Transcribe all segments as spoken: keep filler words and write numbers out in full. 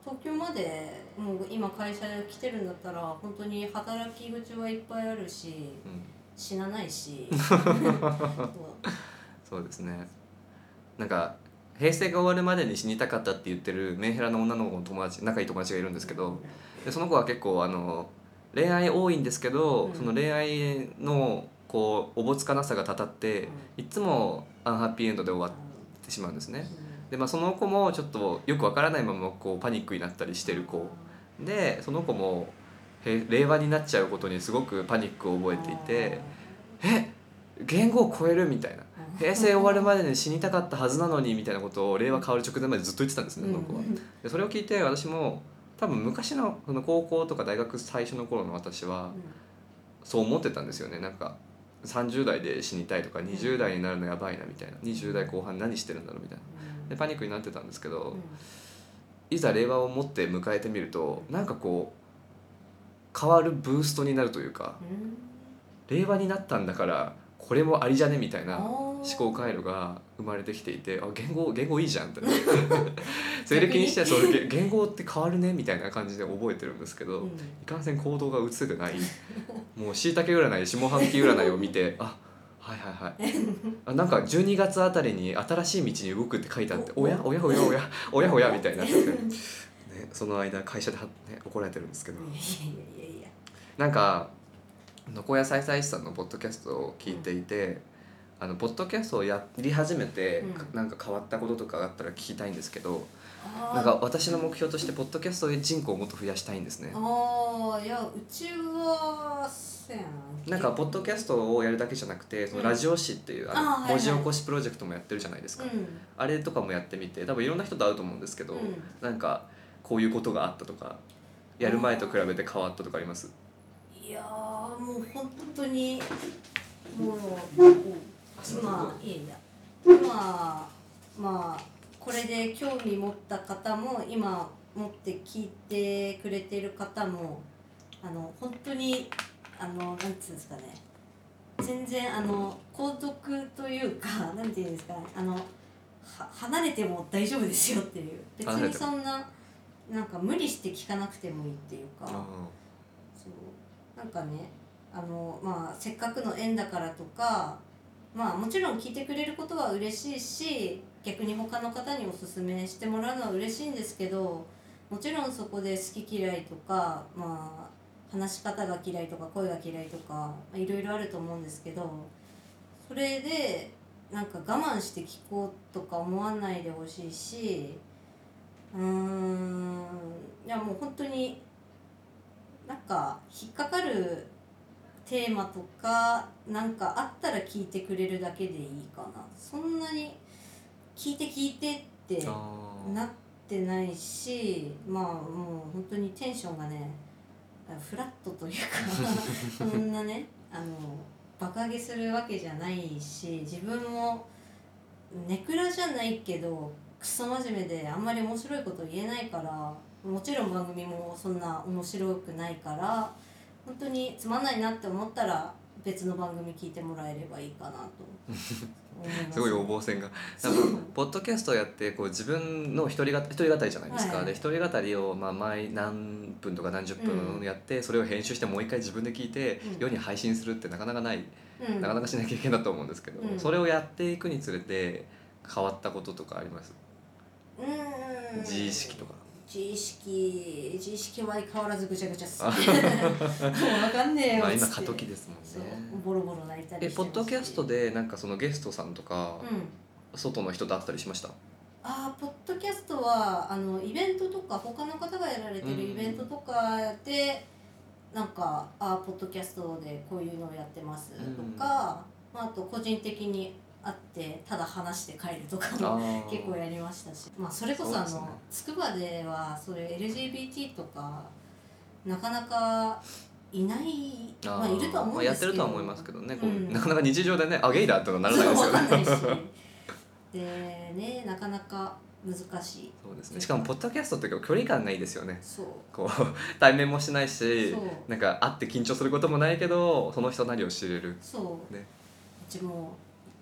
東京までもう今会社来てるんだったら本当に働き口はいっぱいあるし、うん、死なないしそう、 そうですね。なんか平成が終わるまでに死にたかったって言ってるメンヘラの女の子の友達、仲いい友達がいるんですけど、でその子は結構あの恋愛多いんですけど、うん、その恋愛のこうおぼつかなさがたたって、うん、いつもアンハッピーエンドで終わってしまうんですね。で、まあ、その子もちょっとよくわからないままこうパニックになったりしてる子で、その子も令和になっちゃうことにすごくパニックを覚えていて、え言語を超えるみたいな、平成終わるまでに死にたかったはずなのにみたいなことを令和変わる直前までずっと言ってたんですね、その子は。でそれを聞いて私も多分昔のその高校とか大学最初の頃の私はそう思ってたんですよね。なんかさんじゅう代で死にたいとかにじゅう代になるのやばいなみたいな、にじゅう代後半何してるんだろうみたいなでパニックになってたんですけど、いざ令和をもって迎えてみるとなんかこう変わるブーストになるというか、令和になったんだからこれもありじゃねみたいな思考回路が生まれてきていて、あ言語言語いいじゃんって西暦にしてはそう言語って変わるねみたいな感じで覚えてるんですけど、うん、いかんせん行動が移せてないもうしいたけ占い下半期占いを見てあはいはいはいあなんかじゅうにがつあたりに新しい道に動くって書いてあっておやおやおやおやおやおやみたいになってて、ね、その間会社で、ね、怒られてるんですけど、なんか床屋さいさい師さんのポッドキャストを聞いていて、うん、あのポッドキャストをやり始めて、うん、なんか変わったこととかあったら聞きたいんですけど、なんか私の目標としてポッドキャスト人口をもっと増やしたいんですね。 ああいやうちはせんなんかポッドキャストをやるだけじゃなくてそのラジオ誌っていう、うん、あの文字起こしプロジェクトもやってるじゃないですか、うん、あれとかもやってみて多分いろんな人と会うと思うんですけど、うん、なんかこういうことがあったとかやる前と比べて変わったとかあります？ いやーもう本当にもう今いいんだ今まあこれで興味持った方も今持って聞いてくれてる方もあの本当にあのなんていうんですかね全然あの孤独というかなんていうんですかねあのは離れても大丈夫ですよっていう別にそんななんか無理して聞かなくてもいいっていうかそうなんかねあのまあせっかくの縁だからとかまあもちろん聞いてくれることは嬉しいし逆に他の方におすすめしてもらうのは嬉しいんですけどもちろんそこで好き嫌いとかまあ話し方が嫌いとか声が嫌いとかいろいろあると思うんですけどそれでなんか我慢して聞こうとか思わないでほしいしうーんいやもう本当になんか引っかかるテーマとかなんかあったら聞いてくれるだけでいいかなそんなに聞いて聞いてってなってないしまあもう本当にテンションがねフラットというかそんなねあの爆上げするわけじゃないし自分もネクラじゃないけどクソ真面目であんまり面白いこと言えないからもちろん番組もそんな面白くないから本当につまんないなって思ったら別の番組聞いてもらえればいいかなと思います、ね、 すごい応募線が多分ポッドキャストをやってこう自分の一人が一人語りじゃないですか、はい、で一人語りをまあ毎何分とか何十分やって、うん、それを編集してもう一回自分で聞いて、うん、世に配信するってなかなかない、うん、なかなかしない経験だと思うんですけど、うん、それをやっていくにつれて変わったこととかあります？ うん自意識とか自意識自意識は相変わらずぐちゃぐちゃっすもう分かんねえよっつって、まあ、今過渡期ですもんね。 ボロボロ泣いたりしてますしえポッドキャストでなんかそのゲストさんとか、うん、外の人と会ったりしました？ あポッドキャストはあのイベントとか他の方がやられてるイベントとかで、うん、なんかあポッドキャストでこういうのをやってますとか、うんまあ、あと個人的に会ってただ話して帰るとかも結構やりましたし、まあ、それこそあのつくばではそれ エルジービーティー とかなかなかいないまあいるとは思うんですけど、まあ、 やってるとは思いますけどね、こう、うん、なかなか日常でねあゲイだとかならないですよね。 分かんないしでねなかなか難しい。 そうですね。しかもポッドキャストって距離感がいいですよね。 そうこう対面もしないしなんか会って緊張することもないけどその人なりを知れる。 そう、ね、うちも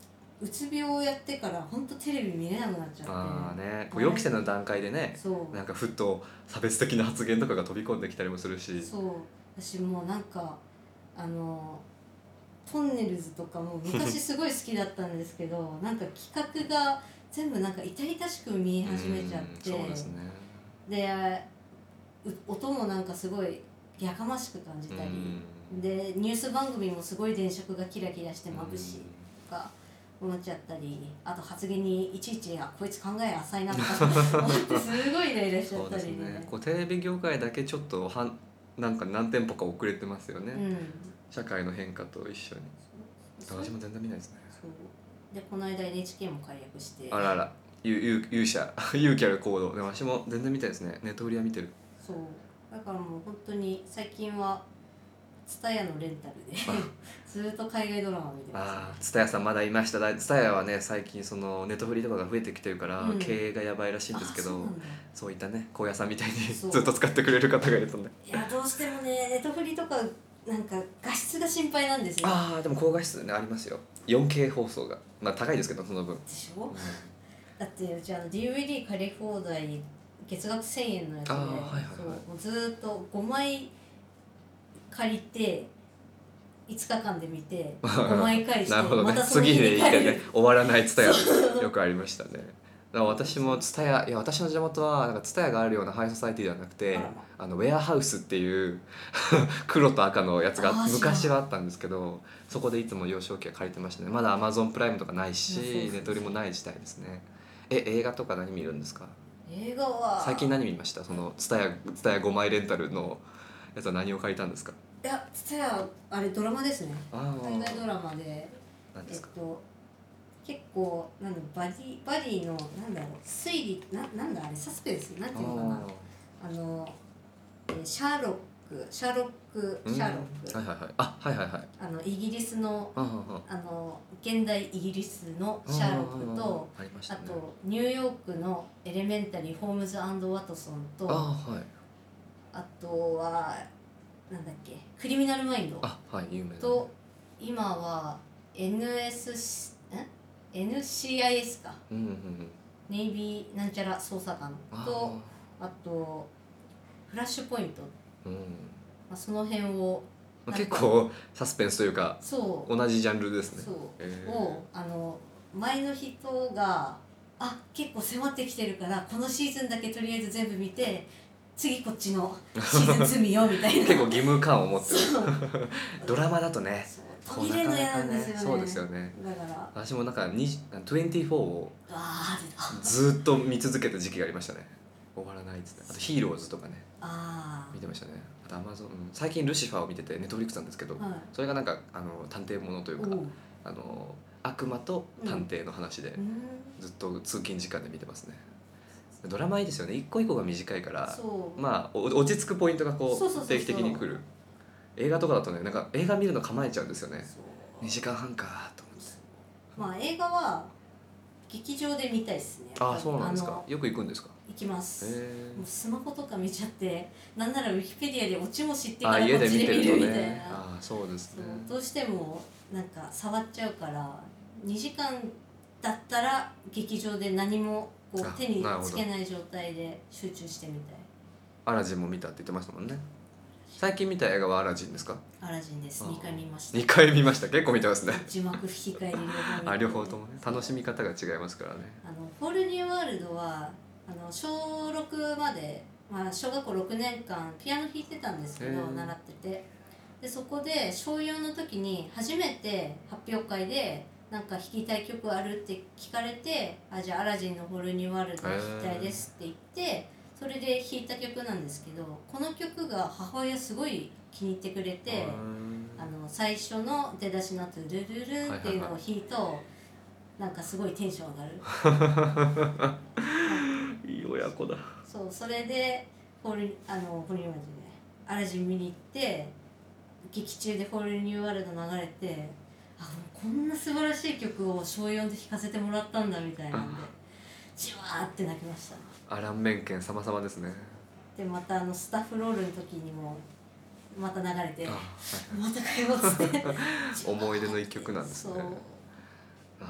うつ病をやってから本当テレビ見れなくなっちゃって。 ああね、こう予期せぬ段階でね、 そうなんかふっと差別的な発言とかが飛び込んできたりもするし。 そう私もうなんかあのトンネルズとかも昔すごい好きだったんですけどなんか企画が全部なんか痛々しく見え始めちゃって、 そうですね。 で音もなんかすごいやかましく感じたり、でニュース番組もすごい電飾がキラキラして眩しいとか思っちゃったり、あと発言にいちいちあこいつ考え浅いなとか思ってすごいイライラしちゃったり ね, ねこうテレビ業界だけちょっとはんなんか何店舗か遅れてますよね、 うん、 社会の変化と一緒に。私も全然見ないですね。 そうでこの間 エヌエイチケー も解約して、 あらあら勇勇者勇気ある行動でも私も全然見たいですね。ネットフリは見てる。 そうだからもう本当に最近はTSUTAYAのレンタルでずっと海外ドラマ見てます、ね、 ああ TSUTAYA さんまだいました。 TSUTAYA はね最近そのネットフリとかが増えてきてるから、うん、経営がやばいらしいんですけど、そう, そういったね高野さんみたいにずっと使ってくれる方がいるとね。 いやどうしてもねネットフリとかなんか画質が心配なんですよ。 ああでも高画質ねありますよ。 よんケー 放送がまあ高いですけどその分でしょ、うん、だってうちあの ディーブイディー 借り放題月額せんえんのやつで、はいはいはい、そうもうずっとごまい借りていつかかんで見てごまい返してなるほど、ね、 またその次でいいってね終わらないTSUTAYAよくありましたね。だから私もTSUTAYAいや私の地元はなんかTSUTAYAがあるようなハイソサイティではなくて、あのウェアハウスっていう黒と赤のやつが昔はあったんですけど、そこでいつも幼少期は借りてましたね。まだ Amazon プライムとかないしネットフリもない時代ですね。え映画とか何見るんですか？ 映画は最近何見ました？そのTSUTAYA TSUTAYAごまいレンタルのやつは何を借りたんですか？ いやTSUTAYAあれドラマですね。海外ドラマで何ですか？ えっと結構なんだバディバディのなんだろう推理ななんだあれサスペンスなんていうのかなあの、えー、シャーロックシャーロックシャーロック、 はいはいはいあはいはいはいあのイギリスのあの現代イギリスのシャーロックと あ,、ね、あとニューヨークのエレメンタリーホームズ&ワトソンと あ,、はい、あとはなんだっけクリミナルマインドあ、はい、有名と今は エヌエス んエヌシーアイエス か、うんうんうん、ネイビーなんちゃら捜査官と あ, あとフラッシュポイント、うんまあ、その辺を結構サスペンスというかそう同じジャンルですね。 そう、えー、をあの前の人があ結構迫ってきてるからこのシーズンだけとりあえず全部見て次こっちのシーズンツー見ようみたいな結構義務感を持ってるドラマだとね途切れるの嫌なんですよね。 そうですよね。 だから私もなんかにじゅうよんをあずっと見続けた時期がありましたね。終わらないっつって。あとヒーローズとかねあ見てましたね。あとアマゾン、うん、最近ルシファーを見ててネットフリックスなんですけど、はい、それがなんかあの探偵ものというかあの悪魔と探偵の話で、うん、ずっと通勤時間で見てますね。ドラマいいですよね。一個一個が短いからまあ落ち着くポイントがこう定期的に来る。映画とかだとねなんか映画見るの構えちゃうんですよね。にじかんはんかと思って。 まあ映画は劇場で見たいですね。 ああそうなんですか。よく行くんですか？ 行きます。もうスマホとか見ちゃってなんならウィキペディアでオチも知ってからこっちで見るみたいな。 ね、 あそうですね。 どうしてもなんか触っちゃうからにじかんだったら劇場で何もこう手につけない状態で集中してみたい。 アラジンも見たって言ってましたもんね。最近見た映画はアラジンですか？ アラジンです。にかい見ました。 にかい見ました。結構見てますね。 字幕吹き替えで両方見て、 ね、あ両方ともね楽しみ方が違いますからね。 あのホールニューワールドはあの小ろくまで、まあ、小学校ろくねんかんピアノ弾いてたんですけど習っててでそこで小よんの時に初めて発表会でなんか弾きたい曲あるって聞かれてあじゃあアラジンのホールニューワールド弾きたいですって言ってそれで弾いた曲なんですけどこの曲が母親すごい気に入ってくれてあの最初の出だしの「トゥルルル」っていうのを弾いとなんかすごいテンション上がるいい親子だ。 そうそれでホールあのホールニューワールドでアラジン見に行って劇中でホールニューワールド流れてあこんな素晴らしい曲を小よんで弾かせてもらったんだみたいなんでじわーって泣きました。 アランメンケン様々ですね。 でまたあのスタッフロールの時にもまた流れてあ、はい、またかよっつって思い出の一曲なんですね。あ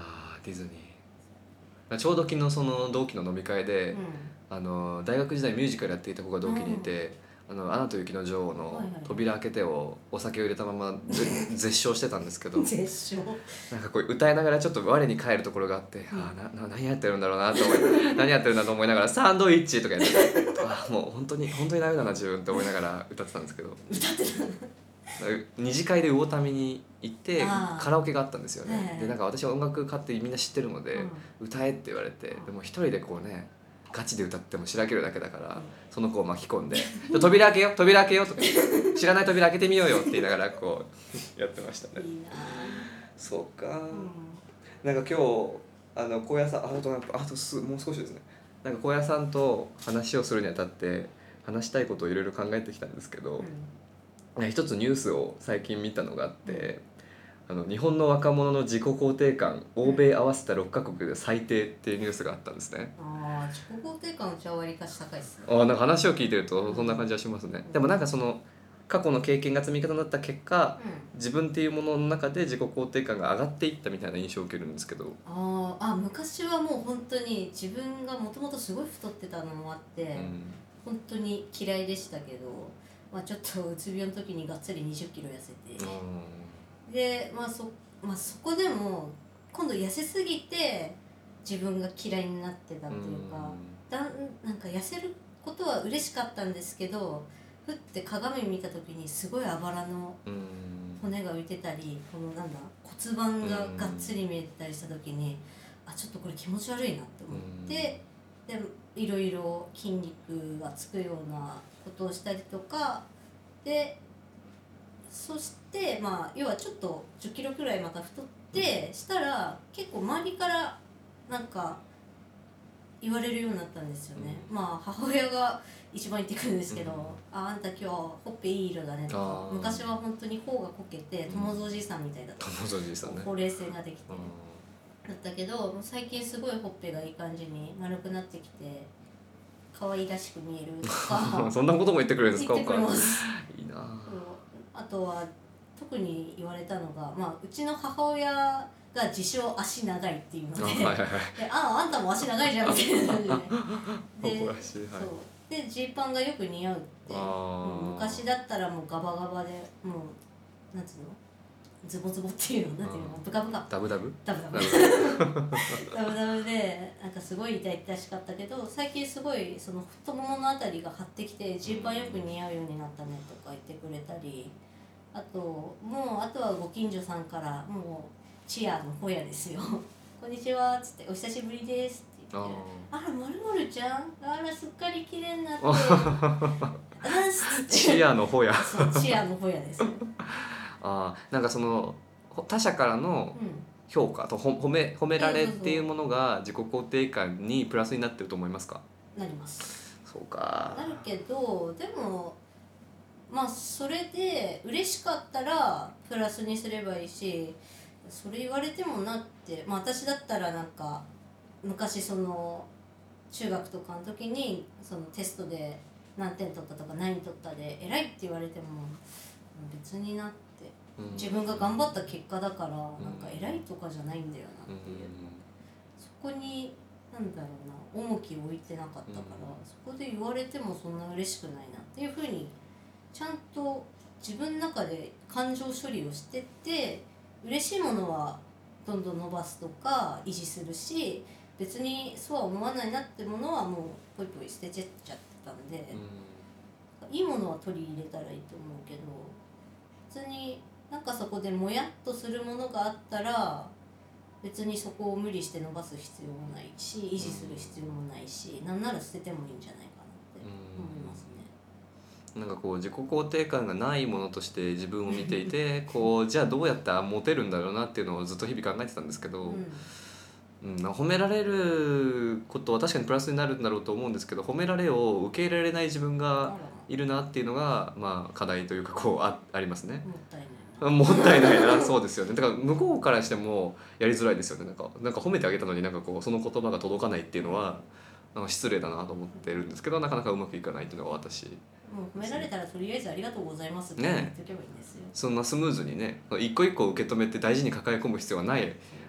ディズニーちょうど昨日その同期の飲み会で、 うんあの大学時代ミュージカルやっていた子が同期にいて「あのアナと雪の女王」の「扉開けて」をお酒を入れたままぜ絶唱してたんですけど絶唱なんかこう歌いながらちょっと我に返るところがあって、うん、あなな何やってるんだろうなと思い何やってるんだと思いながら「サンドイッチ」とかやってあもう本当に本当にダメだな自分って思いながら歌ってたんですけど歌ってた二次会で魚民に行ってあカラオケがあったんですよね、 はいはいでなんか私は音楽家ってみんな知ってるので、 うん歌えって言われてでも一人でこうねガチで歌ってもしらけるだけだから、うん、その子を巻き込んで「扉開けよ扉開けよ」とか「知らない扉開けてみようよ」って言いながらこうやってましたね。 いいなそうか、 うん、 なんか今日あの高野さんあとなんかあとすもう少しですねなんか高野さんと話をするにあたって話したいことをいろいろ考えてきたんですけど、うん、一つニュースを最近見たのがあって、うん、あの日本の若者の自己肯定感欧米合わせたろっかこくで最低っていうニュースがあったんですね。 ああ自己肯定感うちはわりかし高いですね。 あなんか話を聞いてるとそんな感じはしますね、うん、でもなんかその過去の経験が積み重なった結果、うん、自分っていうものの中で自己肯定感が上がっていったみたいな印象を受けるんですけどああ昔はもう本当に自分がもともとすごい太ってたのもあって、うん、本当に嫌いでしたけど、まあ、ちょっとうつ病の時にがっつりにじゅっキロ痩せて、うん、で、まあ そ, まあ、そこでも今度痩せすぎて自分が嫌いになってたっていうか、うん、だなんか痩せることは嬉しかったんですけどふって鏡見た時にすごいあばらの骨が浮いてたりこのなんだ骨盤ががっつり見えたりした時にあちょっとこれ気持ち悪いなって思ってでいろいろ筋肉がつくようなことをしたりとかでそしてまあ要はちょっとじゅっキロくらいまた太ってしたら結構周りからなんか言われるようになったんですよね、うん、まあ母親が一番言ってくるんですけど、うん、ああんた今日ほっぺいい色だねとか昔は本当に頬がこけて友蔵じいさんみたいだった、 うん、友蔵じいさんねほうれい線ができて、うん、だったけど最近すごいほっぺがいい感じに丸くなってきて可愛らしく見えるとかそんなことも言ってくれるんですか？ 言ってくれますいいなあとは特に言われたのが、まあ、うちの母親が自称足長いっていうので、はいはいはい、であああんたも足長いじゃんみたいな感じでで、はい、そうでジーパンがよく似合うってもう昔だったらもうガバガバでもうなんつうのズボズボっていうのなんていうのブカブカダブダブダブダブダブダブでなんかすごい痛々しかったけど最近すごいその太もものあたりが張ってきてジーパンよく似合うようになったねとか言ってくれたりあともうあとはご近所さんからもうチアのホヤですよこんにちはっつってお久しぶりですって言ってあらまるまるちゃんあらすっかり綺麗になってあチアのホヤそうチアのホヤですよあなんかその他者からの評価と褒め褒められっていうものが自己肯定感にプラスになってると思いますか？ なりますそうかなるけどでもまあそれで嬉しかったらプラスにすればいいしそれ言われてもなって、まあ、私だったらなんか昔その中学とかの時にそのテストで何点取ったとか何取ったで偉いって言われても別になって自分が頑張った結果だからなんか偉いとかじゃないんだよなっていうそこになんだろうな重きを置いてなかったからそこで言われてもそんな嬉しくないなっていうふうにちゃんと自分の中で感情処理をしてって嬉しいものはどんどん伸ばすとか維持するし別にそうは思わないなってものはもうポイポイ捨てちゃっちゃってたんで、うん、いいものは取り入れたらいいと思うけど別になんかそこでもやっとするものがあったら別にそこを無理して伸ばす必要もないし維持する必要もないし、うん、なんなら捨ててもいいんじゃないかなって思いますね。 なんかこう自己肯定感がないものとして自分を見ていてこうじゃあどうやったらモテるんだろうなっていうのをずっと日々考えてたんですけど、うんうん、褒められることは確かにプラスになるんだろうと思うんですけど褒められを受け入れられない自分がいるなっていうのが、まあ、課題というかこう あ, ありますね。 もったいないもったいないなそうですよねだから向こうからしてもやりづらいですよねなんかなんか褒めてあげたのになんかこうその言葉が届かないっていうのはなんか失礼だなと思ってるんですけどなかなかうまくいかないっていうのが私もう褒められたらとりあえずありがとうございますって言っておけばいいんですよ、ね、 そんなスムーズにね一個一個受け止めて大事に抱え込む必要はない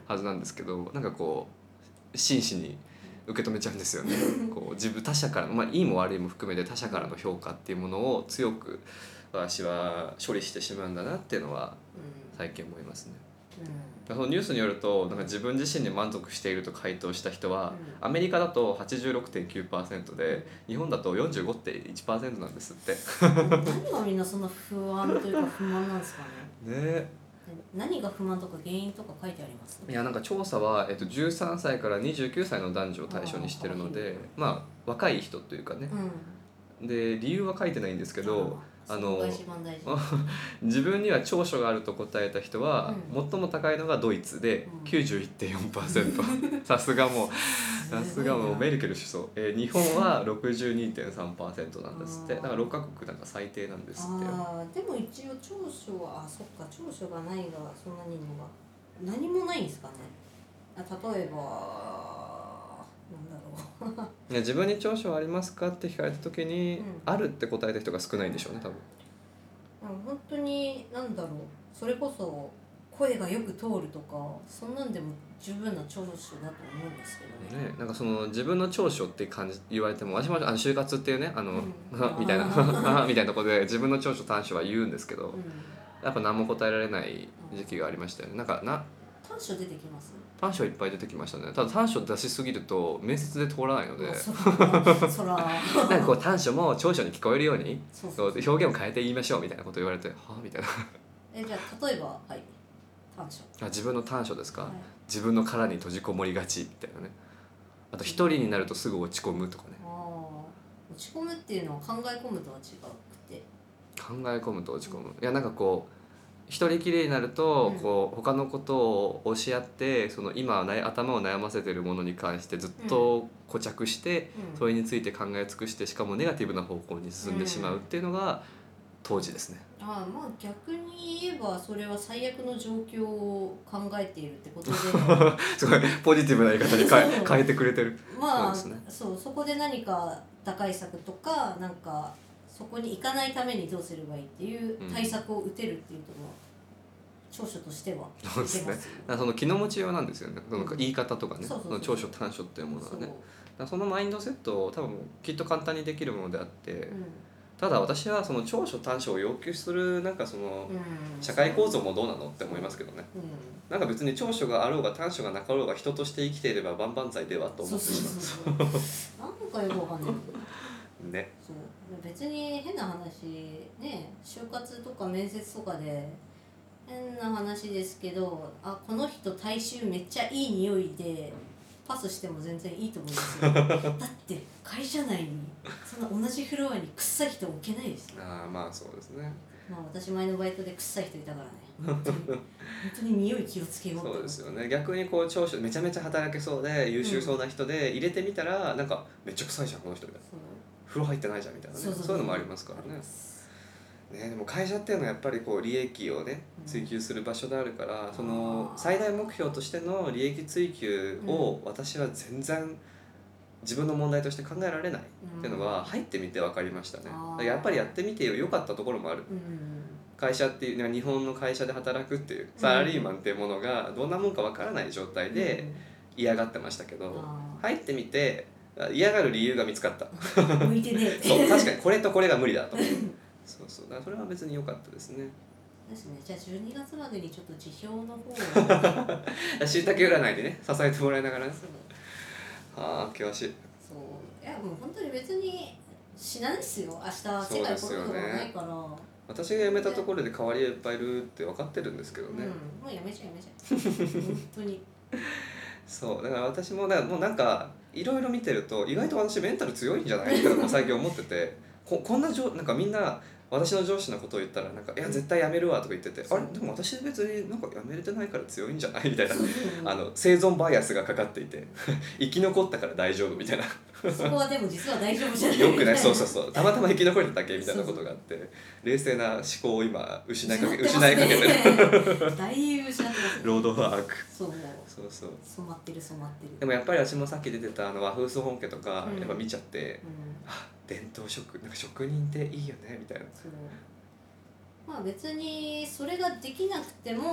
はずなんですけど、なんかこう真摯に受け止めちゃうんですよねこう自分他者からの、まあ、いいも悪いも含めて他者からの評価っていうものを強く私は処理してしまうんだなっていうのは最近思いますね。そのニュースによるとなんか自分自身に満足していると回答した人は、アメリカだと はちじゅうろくてんきゅうパーセント で日本だと よんじゅうごてんいちパーセント なんですって。 何がみんなそんな不安というか不満なんですかね。 ね、 何が不満とか原因とか書いてあります？ いやなんか調査は、えっと、じゅうさんさいからにじゅうきゅうさいの男女を対象にしてるので、まあ若い人というかね、 うん、 で理由は書いてないんですけど、あの自分には長所があると答えた人は、うん、最も高いのがドイツで きゅうじゅういってんよんパーセント、うん、さすがもうさすがもうメルケル首相、えー、日本は ろくじゅうにてんさんパーセント なんですってだからろっかこくなんか最低なんですって。 あでも一応長所はあそっか長所がないがそんなにのが何もないんですかね。あ例えばなんだろう自分に長所はありますかって聞かれた時に、うん、あるって答えた人が少ないんでしょうね多分。 本当に何だろうそれこそ声がよく通るとかそんなんでも十分な長所だと思うんですけどね。 ね、なんかその自分の長所って感じ言われても私もあの就活っていうねあの、うん、みたいなみたいなところで自分の長所短所は言うんですけど、うん、やっぱ何も答えられない時期がありましたよね。なんかな短所出てきます？ 短所いっぱい出てきましたね。ただ短所出しすぎると面接で通らないので、 そらなんかこう短所も長所に聞こえるようにそうそうそう表現を変えて言いましょうみたいなこと言われてはあみたいな。 えじゃあ例えばはい短所あ自分の短所ですか、はい、自分の殻に閉じこもりがちみたいなね。あと一人になるとすぐ落ち込むとかね。 あ落ち込むっていうのは考え込むとは違くて考え込むと落ち込む、うん、いやなんかこう一人きりになると、うん、こう他のことを教し合ってその今頭を悩ませているものに関してずっと固着して、うん、それについて考え尽くしてしかもネガティブな方向に進んでしまうっていうのが当時ですね。 ああまあ逆に言えばそれは最悪の状況を考えているってことですごいポジティブな言い方に変え、変えてくれてる。 まあそうですね、そうそこで何か打開策とかなんかそこに行かないためにどうすればいいっていう対策を打てるっていうのは、うん、長所としてはそうですね。その気の持ちようなんですよね。その言い方とかね、その長所短所っていうものはね。そ, そのマインドセットを多分きっと簡単にできるものであって、うん、ただ私はその長所短所を要求するなんかその社会構造もどうなのって思いますけどね、うん、なんか別に長所があろうが短所がなかろうが人として生きていれば万々歳ではと思ってしまう。 なんかよくわかんないね、 そう別に変な話ね就活とか面接とかで変な話ですけどあこの人体臭めっちゃいい匂いでパスしても全然いいと思うんですよだって会社内にそんな同じフロアに臭い人置けないですよ。 ああまあそうですね。 まあ私前のバイトで臭い人いたからね本当に本当に匂い気をつけようと。 そうですよね。逆にこう長所めちゃめちゃ働けそうで優秀そうな人で入れてみたら、うん、なんかめっちゃ臭いじゃんこの人みたいな風呂入ってないじゃんみたいなね。そうそうそうそういうのもありますからね。ね、でも会社っていうのはやっぱりこう利益をね追求する場所であるから、うん、その最大目標としての利益追求を私は全然自分の問題として考えられないっていうのは入ってみて分かりましたね。うん、やっぱりやってみてよかったところもある、うん、会社っていう日本の会社で働くっていうサラリーマンっていうものがどんなもんか分からない状態で嫌がってましたけど、うん、入ってみて嫌がる理由が見つかった向いてねえそう確かにこれとこれが無理だとそうそうだからそれは別に良かったですね。 ですね。じゃあじゅうにがつまでにちょっと辞表の方をしいたけ占いでね支えてもらいながらね。はあ険しい。 そういやもう本当に別に死なんですよ明日世界来ることがないから、ね、 私が辞めたところで代わりがいっぱいいるって分かってるんですけどね、 うん、もう辞めちゃう辞めちゃう本当にそうだから私もだからもうなんかいろいろ見てると意外と私メンタル強いんじゃないって最近思っててこ, こんな上なんかみんな私の上司のことを言ったらなんかいや絶対辞めるわとか言ってて、あれでも私別になんか辞めれてないから強いんじゃないみたいなあの生存バイアスがかかっていて生き残ったから大丈夫みたいなそこはでも実は大丈夫じゃないよくねそうそうそうたまたま生き残れただけみたいなことがあって冷静な思考を今失いかけ失いかけてるだいぶ失ってますね。 ロードワークそうそうそう染まってる染まってる。 でもやっぱり私もさっき出てたあの和風総本家とかやっぱ見ちゃって、うんうん、あ伝統職なんか職人っていいよねみたいな。 そうまあ別にそれができなくても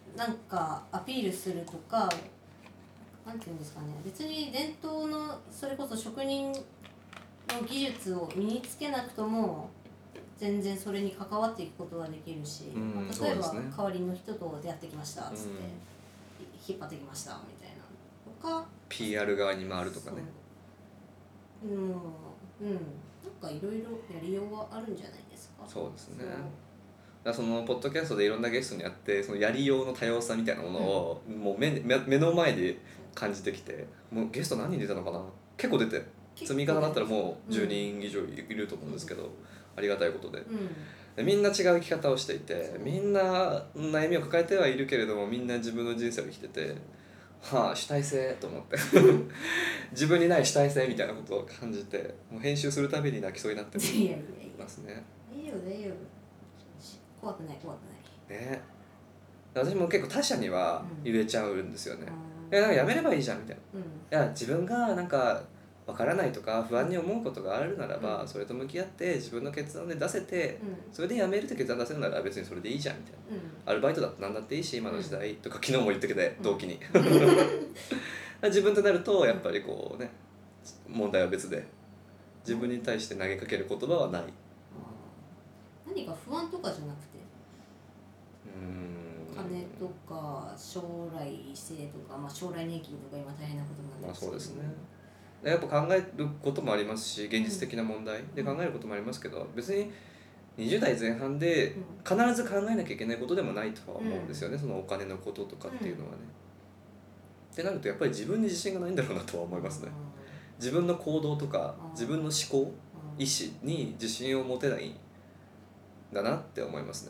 なんかアピールするとか、なんていうんですかね、別に伝統のそれこそ職人の技術を身につけなくとも全然それに関わっていくことができるし、 うん、 まあ、例えばそうですね、 代わりの人と出会ってきましたっつって、 うん、 引っ張ってきましたみたいなとかピーアール 側に回るとかね。 うん、うん、なんかいろいろやりようはあるんじゃないですか。 そうですね。だからそのポッドキャストでいろんなゲストに会ってそのやりようの多様さみたいなものをもう 目, 目目の前で感じてきて、もうゲスト何人出たのかな、結構出て、積み方だったらもうじゅうにん以上いると思うんですけど、うん、ありがたいことで、うん、でみんな違う生き方をしていて、みんな悩みを抱えてはいるけれどもみんな自分の人生を生きてて、はあ主体性と思って自分にない主体性みたいなことを感じて、もう編集するたびに泣きそうになってますね。 いやいやいやいや、大丈夫大丈夫、怖くない怖くないね。私も結構他者には入れちゃうんですよね、うん、いやなんかやめればいいじゃんみたいな、うん、いや自分がなんかわからないとか不安に思うことがあるならば、うん、それと向き合って自分の決断で出せて、うん、それでやめるって決断出せるなら別にそれでいいじゃんみたいな、うん、アルバイトだって何だっていいし今の時代とか、昨日も言ってきて同期に自分となるとやっぱりこうね、問題は別で自分に対して投げかける言葉はない、 何か不安とかじゃなくて、 うーん、 金とか将来性とか、まあ、将来年金とか今大変なことになってますけど、 まあそうですね、やっぱ考えることもありますし現実的な問題で考えることもありますけど、別ににじゅう代前半で必ず考えなきゃいけないことでもないとは思うんですよね、うん、そのお金のこととかっていうのはね、うん、ってなるとやっぱり自分に自信がないんだろうなとは思いますね、うん、自分の行動とか自分の思考、意思に自信を持てないんだなって思いますね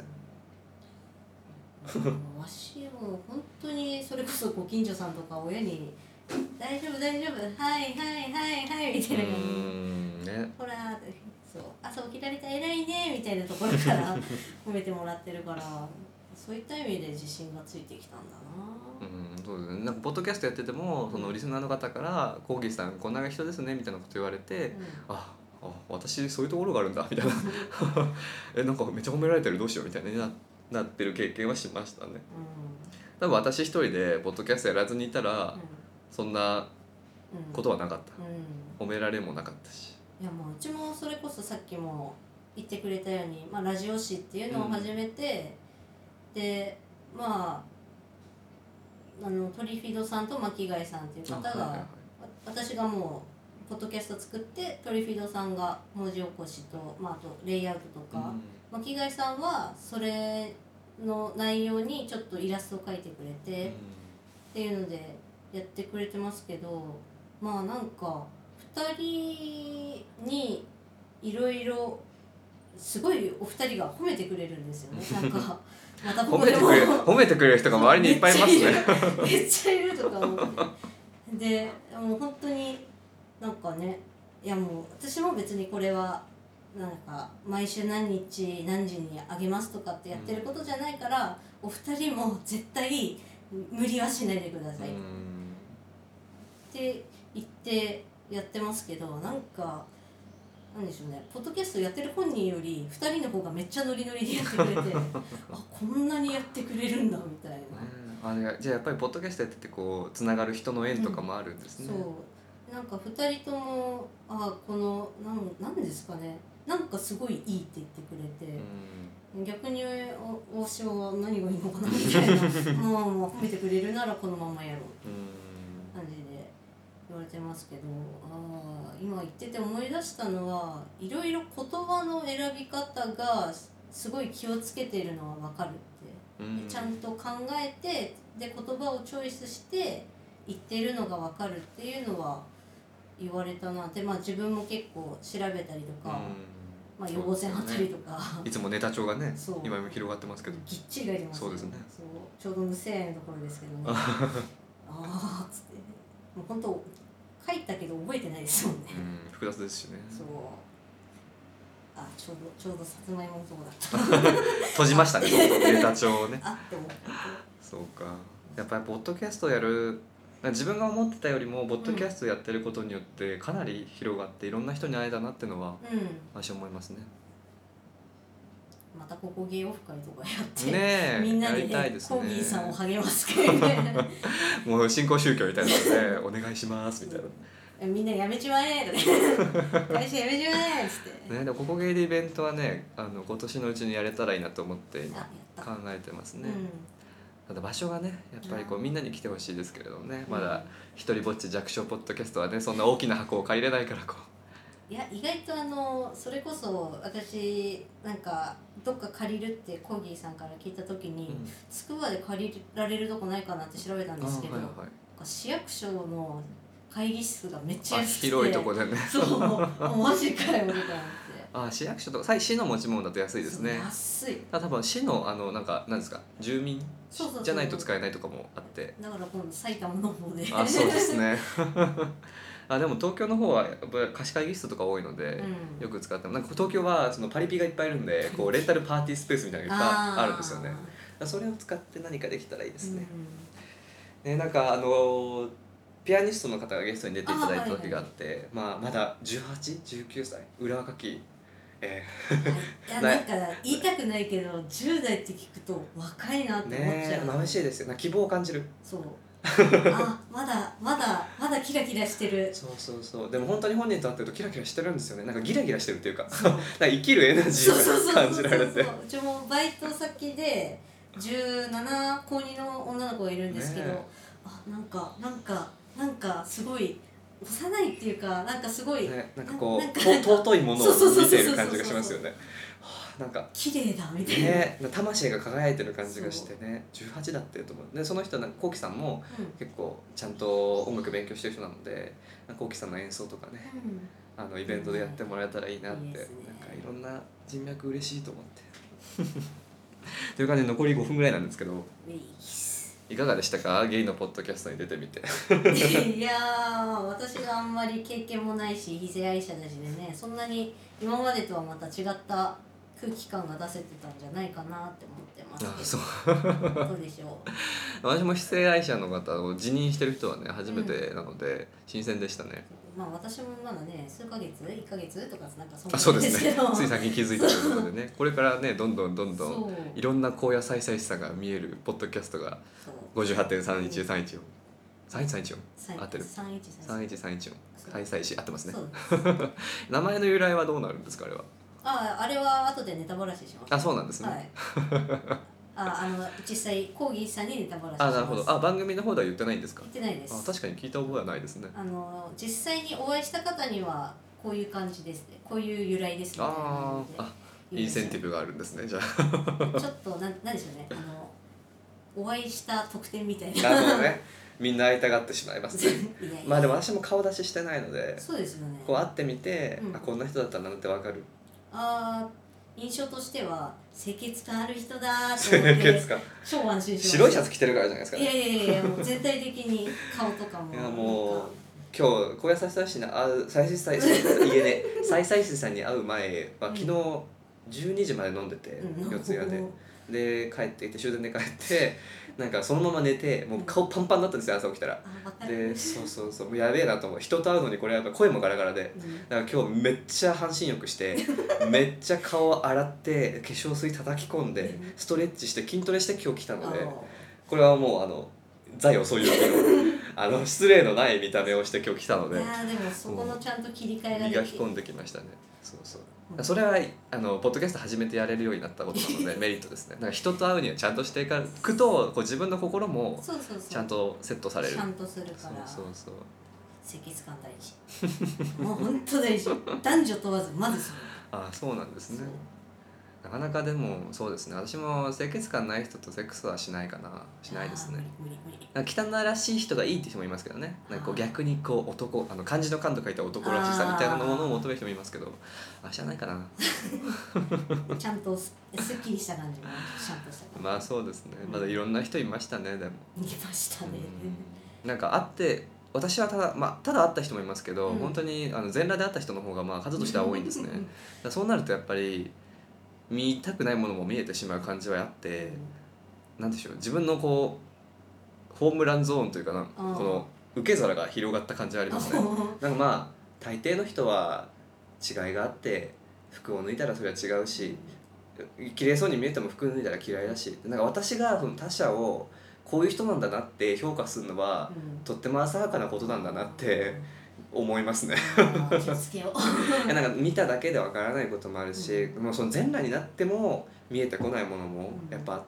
わしも本当にそれこそご近所さんとか親に大丈夫大丈夫はいはいはいはいみたいな感じで、ね、ほらそう朝起きられた偉いねみたいなところから褒めてもらってるからそういった意味で自信がついてきたんだな。 うん、そうですね。なんかポッドキャストやっててもそのリスナーの方から「コーギーさんこんな人ですね」みたいなこと言われて、うん、ああ私そういうところがあるんだみたいなえなんかめっちゃ褒められてるどうしようみたいな な, なってる経験はしましたね、うん、多分私一人でポッドキャストやらずにいたら、うん、そんなことはなかった、うん、褒められもなかったし、 いやもううちもそれこそさっきも言ってくれたように、まあ、ラジオ誌っていうのを始めて、うん、でまああのトリフィドさんと巻貝さんっていう方が、はいはいはい、私がもうポッドキャスト作ってトリフィドさんが文字起こしと、まあ、あとレイアウトとか、うん、巻貝さんはそれの内容にちょっとイラストを描いてくれて、うん、っていうのでやってくれてますけど、まあなんかふたりにいろいろすごいお二人が褒めてくれるんですよね。なんかまたここでも褒めてくれる人が周りにいっぱいいますね。 めっちゃいるとか思ってでもう本当になんかね、いやもう私も別にこれはなんか毎週何日何時にあげますとかってやってることじゃないから、うん、お二人も絶対無理はしないでくださいって言ってやってますけど、なんかなんでしょうね、ポッドキャストやってる本人よりふたりの方がめっちゃノリノリでやってくれてあこんなにやってくれるんだみたいな、 うん、あじゃあやっぱりポッドキャストやっててこうつながる人の縁とかもあるんですね、 うん、そうなんかふたりともあこのなんなんですかね、なんかすごいいいって言ってくれて、うん、逆におおしは何がいいのかなみたいなまあまあ褒めてくれるならこのままやろうって感じで言われてますけど、あ今言ってて思い出したのはいろいろ言葉の選び方がすごい気をつけてるのは分かるって、うん、ちゃんと考えてで言葉をチョイスして言ってるのが分かるっていうのは言われたなって、まあ、自分も結構調べたりとか、うんまあ、予防線あったりとか、 ね、いつもネタ帳がね今も広がってますけどぎっちり書いてます、ね、 そうですね、 そうちょうど無声愛のところですけどねああっつってもう本当書いたけど覚えてないですもんね、 うん、複雑ですしね。 そうあちょうどちょうどさつまいものとこだった閉じましたねネタ帳をねあって思ってそうか、やっぱりポッドキャストやる自分が思ってたよりもポッドキャストやってることによってかなり広がっていろんな人に会えたなっていうのは、うん、私は思いますね。 またここ芸オフ会とかやってねえみんなで、 やりたいね、 ですねコーギーさんを励ます会ねもう新興宗教みたいなのでお願いしますみたいなみんなやめちまえとか会社やめちまえっつってね、でもここ芸でイベントはねあの今年のうちにやれたらいいなと思って今あやった考えてますね、 うんただ場所がねやっぱりこうあーみんなに来てほしいですけれどもね、 うんまだ一人ぼっち弱小ポッドキャストはねそんな大きな箱を借りれないからこいや意外とあのそれこそ私なんかどっか借りるってコーギーさんから聞いた時う、 に、 うんつくばで借りられるとこないかなって調べたんですけど、 あーはいはい市役所の会議室がめっちゃあ安くて広いとこでねそうもうマジかよとか思ってあ市役所とか市の持ち物だと安いですねそう安いただ多分市のあのなんかなんですか住民そうそうそうじゃないと使えないとかもあってだから今度埼玉の方であそうですねあでも東京の方はやっぱり貸し会議室とか多いので、 うんよく使ってもなんか東京はそのパリピがいっぱいいるんでこうレンタルパーティースペースみたいなのがいっぱいあるんですよねだからそれを使って何かできたらいいですね、ねなんかあのピアニストの方がゲストに出ていただいた時があってまあまだじゅうはち、じゅうきゅうさい裏若きえいやなんか言いたくないけどじゅう代って聞くと若いなっー、 て思っちゃう、 ね眩しいですよなんか希望を感じるそうあまだまだまだキラキラしてるそうそうそうでも本当に本人と会ってるとキラキラしてるんですよねなんかギラギラしてるっていうかそうなんか生きるエナジそうそうそうーが感じられてそうそううちもバイト先でじゅうななこにの女の子がいるんですけど、 ねあなんかなんかなんかすごい幼いっていうかなんかすごい、 ね、なんかこうなんかと尊いものを見ている感じがしますよねはあなんか綺麗だみたいな、 ね魂が輝いてる感じがしてねじゅうはちだってと思うでその人なんかこうきさんも結構ちゃんと音楽勉強してる人なのでこうきさんの演奏とかねうんうんあのイベントでやってもらえたらいいなっていいですねなんかいろんな人脈嬉しいと思ってという感じで残りごふんぐらいなんですけどいいいかがでしたかゲイのポッドキャストに出てみていやー私があんまり経験もないし異性愛者だしでねそんなに今までとはまた違った空気感が出せてたんじゃないかなって思ってますけどあそうどうでしょう私も非正愛者の方を辞任してる人はね初めてなので新鮮でしたね、 まあ私もまだね数ヶ月いっかげつとかなんかそんあなそうですねけどつい最近気づいたということでねこれからねどんどんどんどそんういろんな荒野再々しさが見えるポッドキャストがそうごじゅうはちてんさんいちさんいちよん さんいちさんいちよんさん合ってるさんいちさんさんいちさんいちよん開催し合ってますねそう名前の由来はどうなるんですかあれはああれは後でネタばらししますあそうなんですね、 はいああの実際コーギーさんにネタばらししますあなるほどあ番組の方では言ってないんですか言ってないですあ確かに聞いた覚えはないですねあの実際にお会いした方にはこういう感じですねこういう由来ですみたいなあのでーあインセンティブがあるんですねじゃちょっとなんなんでしょうねあのお会いした特典みたいあななるほどねみんな会いたがってしまいますねいやいやまあでも私も顔出ししてないのでそうですよねこう会ってみて、 うんあこんな人だったんだなってわかるあー印象としては清潔感ある人だーと清思って潔感超安心しました白いシャツ着てるからじゃないですかいやねいやいやもう全体的に顔とかもいやなんもうか今日小屋さしに会う再生再生家で再々師さんに会う前は昨日じゅうにじまで飲んでて、 うん四谷でで帰ってきて終電で帰ってなんかそのまま寝てもう顔パンパンだったんですよ朝起きたらあわかるでそうそうそうもうやべえなと思う人と会うのにこれやっぱ声もガラガラでうんだから今日めっちゃ半身浴してめっちゃ顔洗って化粧水叩き込んでうんストレッチして筋トレして今日来たのであーこれはもうあの座よそういう時のあの失礼のない見た目をして今日来たのでいやーでもそこのちゃんと切り替えができて磨き込んできましたねそうそううんそれはあのポッドキャスト始めてやれるようになったことなのでメリットですねなんか人と会うにはちゃんとしていくとこう自分の心もそうそうそうちゃんとセットされるちゃんとするかそうらそうそう清潔感大事もう本当大事男女問わずまずそれあそうなんですねそうなかなかでもそうですね私も清潔感ない人とセックスはしないかなしないですねあー無理無理無理なんか汚らしい人がいいって人もいますけどねなんかこうあー逆にこう男あの漢字の漢と書いた男らしさみたいなものを求める人もいますけどあ知らないかなちゃんとすすっきりした感じもちゃんとした感まあそうですねまだいろんな人いましたねでもじ見ましたねうんなんか会って私はただ、まあ、ただ会った人もいますけど、 うん本当にあの全裸で会った人の方がまあ数としては多いんですねだからそうなるとやっぱり見たくないものも見えてしまう感じはあってなんでしょう自分のこうホームランゾーンというかなこあーの受け皿が広がった感じはありますねなんかまあ大抵の人は違いがあって服を脱いだらそれは違うし綺麗そうに見えても服脱いだら嫌いだし、なんか私がその他者をこういう人なんだなって評価するのは、 うん、 とっても浅はかなことなんだなって思いますね気をつけよういやなんか見ただけでわからないこともあるし、 うん、 もうその全裸になっても見えてこないものもやっぱあって、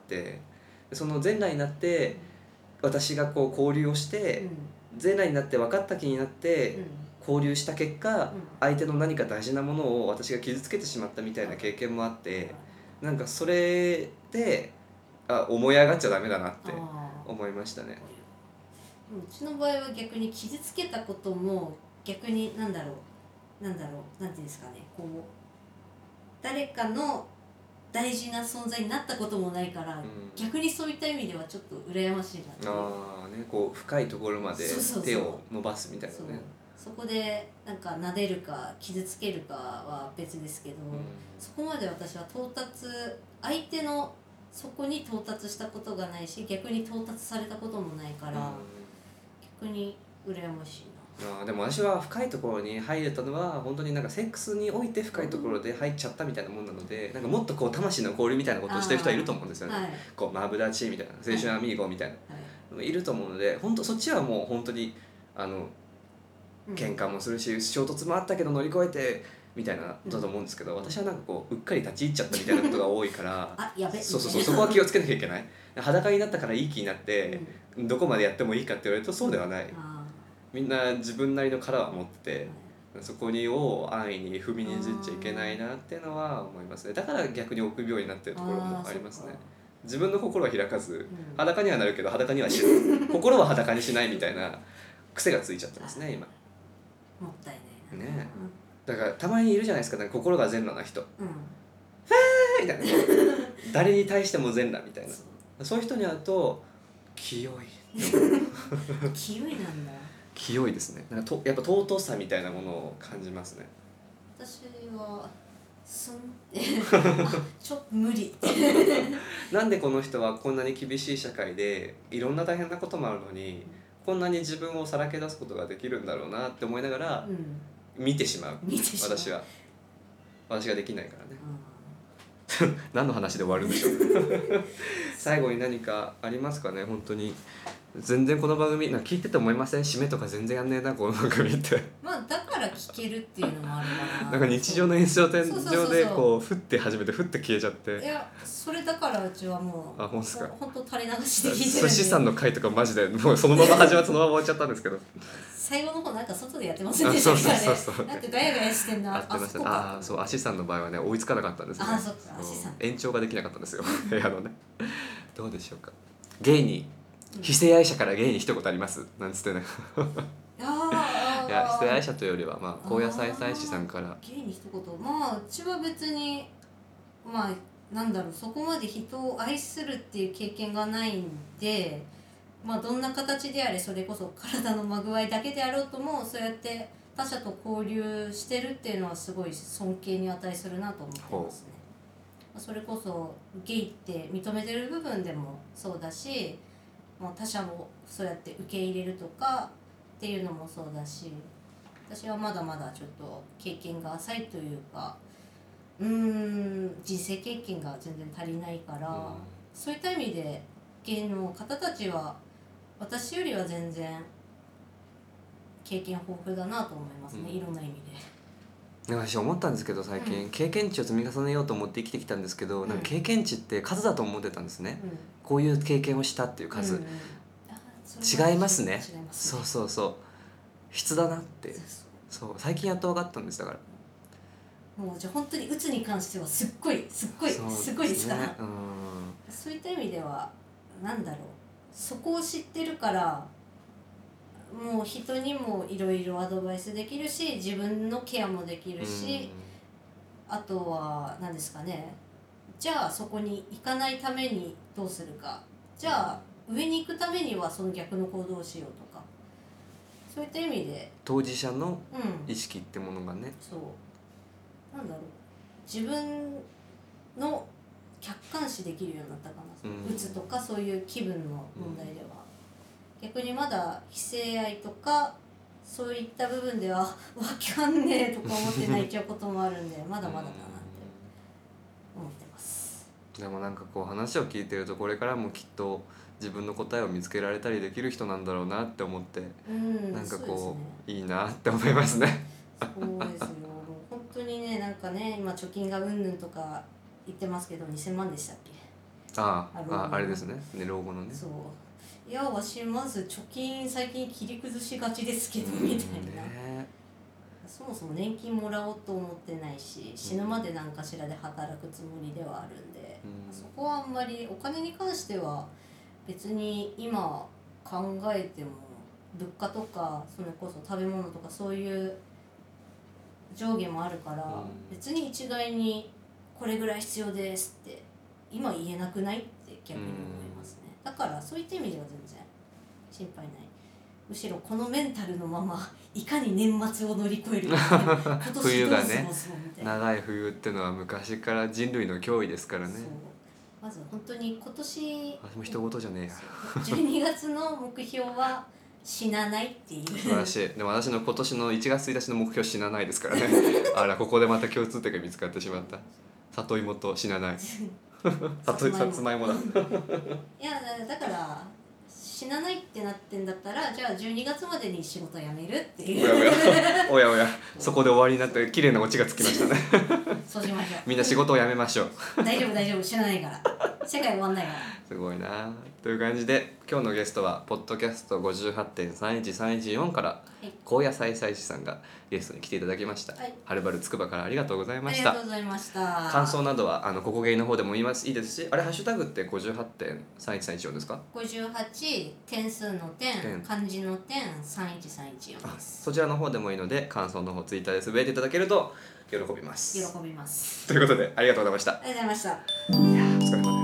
その全裸になって私がこう交流をして、 うん、 全裸になって分かった気になって交流した結果、 うん、 相手の何か大事なものを私が傷つけてしまったみたいな経験もあって、なんかそれであ思い上がっちゃダメだなって思いましたね。 うちの場合は逆に傷つけたことも逆に何だろうなんだろうなんていうんですかね、こう誰かの大事な存在になったこともないから、うん、逆にそういった意味ではちょっと羨ましいなって。 ああね、こう深いところまで手を伸ばすみたいなね。 そうそうそう、そこでなんか撫でるか傷つけるかは別ですけど、うん、そこまで私は到達相手のそこに到達したことがないし、逆に到達されたこともないから、うん、逆に羨ましいな。 あでも私は深いところに入れたのは本当になんかセックスにおいて深いところで入っちゃったみたいなもんなので、うん、なんかもっとこう魂の交流みたいなことをしてる人はいると思うんですよね、はい、こうマブダチみたいな青春アミーゴみたいな、はい、いると思うので、本当そっちはもう本当にあの喧嘩もするし衝突もあったけど乗り越えてみたいなことだと思うんですけど、私はなんかこううっかり立ち入っちゃったみたいなことが多いからあやべそうそうそう、そこは気をつけなきゃいけない。裸になったからいい気になって、うん、どこまでやってもいいかって言われるとそうではない、うん、みんな自分なりの殻は持ってて、うん、そこにを安易に踏みにじっちゃいけないなっていうのは思いますね。だから逆に臆病になってるところもありますね。自分の心は開かず、うん、裸にはなるけど裸にはしない心は裸にしないみたいな癖がついちゃってますね今。 もったいないな、 ね、だからたまにいるじゃないですか、なんか心が全裸な人、うん、フェーみたいな誰に対しても全裸みたいな、そういう人に会うと清い清いなんだ。 清いですね。なんかとやっぱ尊さみたいなものを感じますね。 私はすんってちょっと無理なんでこの人はこんなに厳しい社会でいろんな大変なこともあるのにこんなに自分をさらけ出すことができるんだろうなって思いながら見てしまう、うん、私は私ができないからね、うん、何の話で終わるんでしょう最後に何かありますかね。本当に全然この番組なんか聞いてて思いません？締めとか全然やんねえなこの番組ってまあだから聞けるっていうのもあるかななんか日常の延長線上でこう降って始めて降って消えちゃって、 いやそれだからうちはもうあ本当ですか、 ほんと垂れ流しで聞いてるんで、 寿司さんの回とかマジでもうそのまま始まってそのまま終わっちゃったんですけど最後の方なんか外でやってませんでしたからね。 そうそうそうそう、 なんかガヤガヤしてんな。 あってましたね。ああそう、アシさんの場合はね追いつかなかったんですね。 あそっか、アシさん延長ができなかったんですよ部屋のねどうでしょうか。ゲイに非性愛者からゲイに一言ありますなんつってねあいや非性愛者というよりはまあ高野菜菜師さんからゲイに一言、まあうちは別にまあなんだろう、そこまで人を愛するっていう経験がないんで、まあどんな形であれそれこそ体のまぐわいだけであろうともそうやって他者と交流してるっていうのはすごい尊敬に値するなと思ってますね。それこそゲイって認めてる部分でもそうだし、他者をそうやって受け入れるとかっていうのもそうだし、私はまだまだちょっと経験が浅いというか、うーん人生経験が全然足りないから、うん、そういった意味で芸の方たちは私よりは全然経験豊富だなと思いますね、うん、いろんな意味で。 私思ったんですけど最近、うん、経験値を積み重ねようと思って生きてきたんですけど、うん、なんか経験値って数だと思ってたんですね、うん、こういう経験をしたっていう数、うんうん、違いますね。違いますね。そうそうそう、質だなってそう最近やっと分かったんです。だからもうじゃあ本当にうつに関してはすっごいすっごい す,、ね、すごいですから、うん、そういった意味ではなんだろう、そこを知ってるからもう人にもいろいろアドバイスできるし自分のケアもできるし、うん、あとは何ですかね、じゃあそこに行かないためにどうするか、じゃあ上に行くためにはその逆の行動をしようとか、そういった意味で当事者の意識ってものがね、うん、 そうなんだろう、自分の客観視できるようになったかな、うん、うつとかそういう気分の問題では、うん、逆にまだ非性愛とかそういった部分では分かんねえとか思って泣いちゃうこともあるんでまだまだだなって思ってます。 でもなんかこう話を聞いてるとこれからもきっと自分の答えを見つけられたりできる人なんだろうなって思って、 うん、 なんかこうそうですね、 いいなって思いますね。 そうですよ。本当にね、なんかね、今貯金がうんぬんとか言ってますけど、にせんまんでしたっけ。 ああ、 あ老後のああれですね、ね老後のね。 そういや、わしまず貯金最近切り崩しがちですけどみたいな、 ね、 そもそも年金もらおうと思ってないし、死ぬまで何かしらで働くつもりではあるんで、 うんそこはあんまりお金に関しては別に今考えても、物価とかそれこそ食べ物とかそういう上下もあるから、 うん別に一概にこれぐらい必要ですって今言えなくないって逆に思いますね。だからそういった意味では全然心配ない。むしろこのメンタルのままいかに年末を乗り越えるか今年どう冬がね過ごそうみたいな、 長い冬ってのは昔から人類の脅威ですからね。 そうまず本当に今年私も人事じゃねえや。 じゅうにがつの目標は死なないっていう素晴らしい。でも私の今年のいちがつついたちの目標死なないですからね。あらここでまた共通点が見つかってしまった。里芋と死なない。さつさつまいもだ。 いやだから死なないってなってんだったら、じゃあじゅうにがつまでに仕事辞めるっていうおやおやおやおやそこで終わりになって綺麗なオチがつきましたね。 そうしましょう。 みんな仕事を辞めましょう。 大丈夫大丈夫、死なないから世界終わんないから。 すごいな。という感じで今日のゲストはポッドキャスト ごじゅうはちてんさんいちさんいちよん からい高野菜菜師さんがゲストに来ていただきました。 はいはるばるつくばからありがとうございまありがした。 とうございました。 感想などはあのここゲイの方でも言いますいいですし、あれハッシュタグって ごじゅうはちてんさんいちさんいちよん ですか？ ごじゅうはち点数の点点漢字の点さんいちさんいちよんです。 そちらの方でもいいので感想の方ツイッターでつぶやいていただけると喜びます。 喜びます。 ということでありがとうございました。 ありがとうございました。 お疲れ様です。